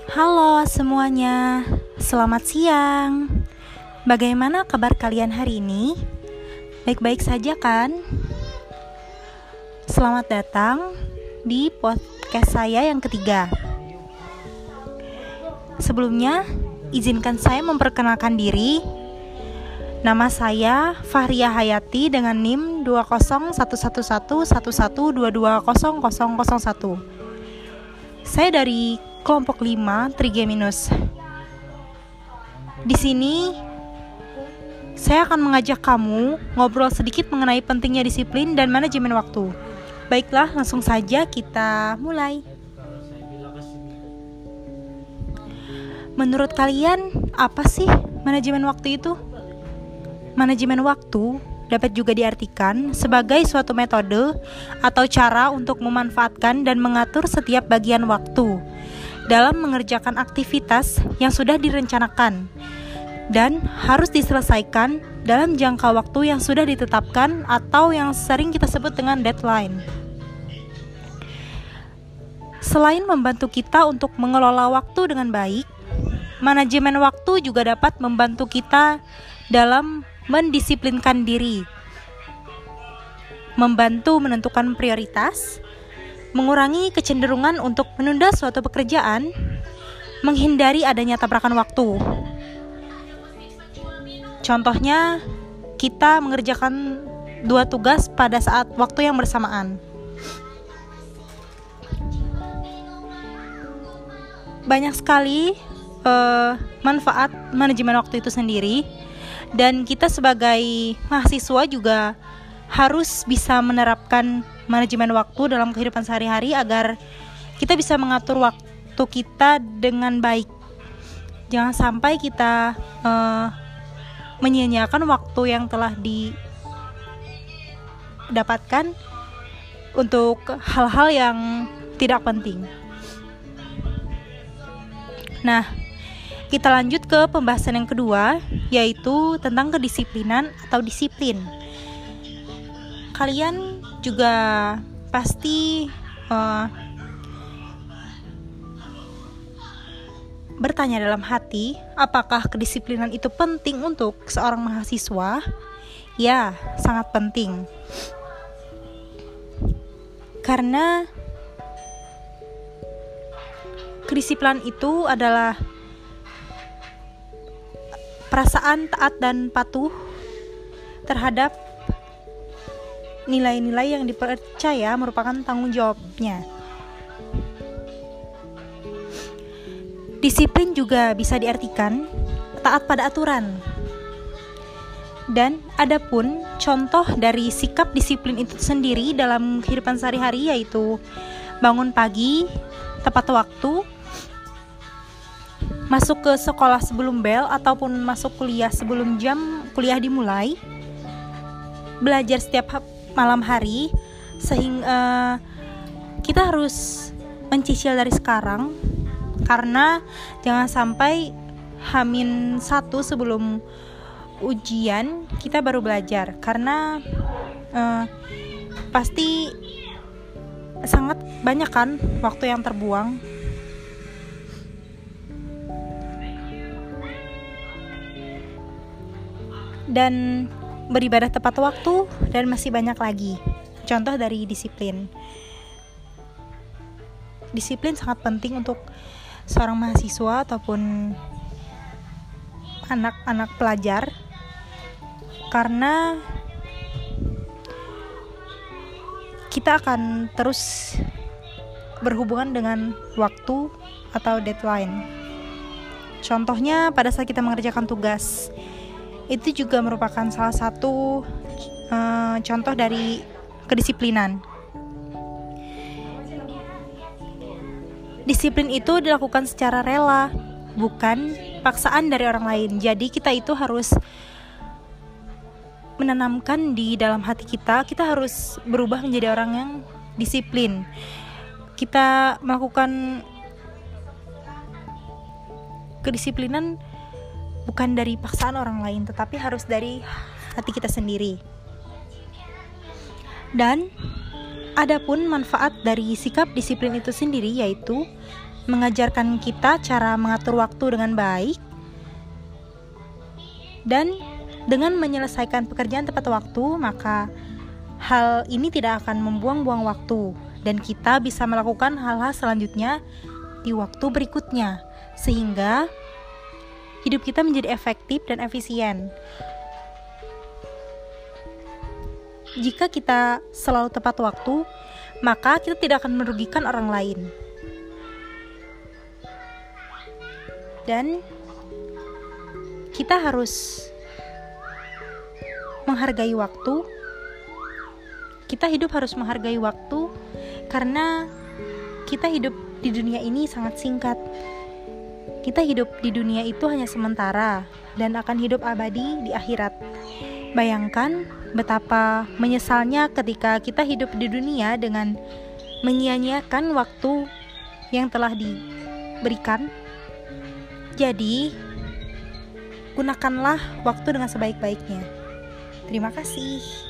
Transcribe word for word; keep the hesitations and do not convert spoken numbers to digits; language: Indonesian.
Halo semuanya, selamat siang. Bagaimana kabar kalian hari ini? Baik-baik saja kan? Selamat datang di podcast saya yang ketiga. Sebelumnya, izinkan saya memperkenalkan diri. Nama saya Fahria Hayati dengan N I M dua nol satu satu satu satu satu dua dua nol nol nol satu. Saya dari kelompok lima Trigeminus. Di sini saya akan mengajak kamu ngobrol sedikit mengenai pentingnya disiplin dan manajemen waktu. Baiklah, langsung saja kita mulai. Menurut kalian, apa sih manajemen waktu itu? Manajemen waktu dapat juga diartikan sebagai suatu metode atau cara untuk memanfaatkan dan mengatur setiap bagian waktu dalam mengerjakan aktivitas yang sudah direncanakan dan harus diselesaikan dalam jangka waktu yang sudah ditetapkan atau yang sering kita sebut dengan deadline. Selain membantu kita untuk mengelola waktu dengan baik, manajemen waktu juga dapat membantu kita dalam mendisiplinkan diri, membantu menentukan prioritas, mengurangi kecenderungan untuk menunda suatu pekerjaan, menghindari adanya tabrakan waktu. Contohnya, kita mengerjakan dua tugas pada saat waktu yang bersamaan. Banyak sekali uh, manfaat manajemen waktu itu sendiri, dan kita sebagai mahasiswa juga harus bisa menerapkan manajemen waktu dalam kehidupan sehari-hari agar kita bisa mengatur waktu kita dengan baik. Jangan sampai kita uh, menyia-nyiakan waktu yang telah didapatkan untuk hal-hal yang tidak penting. Nah, kita lanjut ke pembahasan yang kedua, yaitu tentang kedisiplinan atau disiplin. Kalian juga pasti uh, bertanya dalam hati, apakah kedisiplinan itu penting untuk seorang mahasiswa? Ya, sangat penting. Karena kedisiplinan itu adalah perasaan taat dan patuh terhadap nilai-nilai yang dipercaya merupakan tanggung jawabnya. Disiplin juga bisa diartikan taat pada aturan. Dan adapun contoh dari sikap disiplin itu sendiri dalam kehidupan sehari-hari yaitu bangun pagi, tepat waktu, masuk ke sekolah sebelum bel ataupun masuk kuliah sebelum jam kuliah dimulai, belajar setiap malam hari, sehingga uh, kita harus mencicil dari sekarang, karena jangan sampai hamin satu sebelum ujian kita baru belajar, karena uh, pasti sangat banyak kan waktu yang terbuang. Dan beribadah tepat waktu, dan masih banyak lagi contoh dari disiplin. Disiplin sangat penting untuk seorang mahasiswa ataupun anak-anak pelajar, karena kita akan terus berhubungan dengan waktu atau deadline. Contohnya pada saat kita mengerjakan tugas, itu juga merupakan salah satu uh, contoh dari kedisiplinan. Disiplin itu dilakukan secara rela, bukan paksaan dari orang lain. Jadi kita itu harus menanamkan di dalam hati kita, kita harus berubah menjadi orang yang disiplin. Kita melakukan kedisiplinan bukan dari paksaan orang lain, tetapi harus dari hati kita sendiri. Dan adapun manfaat dari sikap disiplin itu sendiri yaitu mengajarkan kita cara mengatur waktu dengan baik, dan dengan menyelesaikan pekerjaan tepat waktu, maka hal ini tidak akan membuang-buang waktu dan kita bisa melakukan hal-hal selanjutnya di waktu berikutnya, sehingga hidup kita menjadi efektif dan efisien. Jika kita selalu tepat waktu, maka kita tidak akan merugikan orang lain. Dan kita harus menghargai waktu. Kita hidup harus menghargai waktu karena kita hidup di dunia ini sangat singkat. Kita hidup di dunia itu hanya sementara dan akan hidup abadi di akhirat. Bayangkan betapa menyesalnya ketika kita hidup di dunia dengan menyia-nyiakan waktu yang telah diberikan. Jadi, gunakanlah waktu dengan sebaik-baiknya. Terima kasih.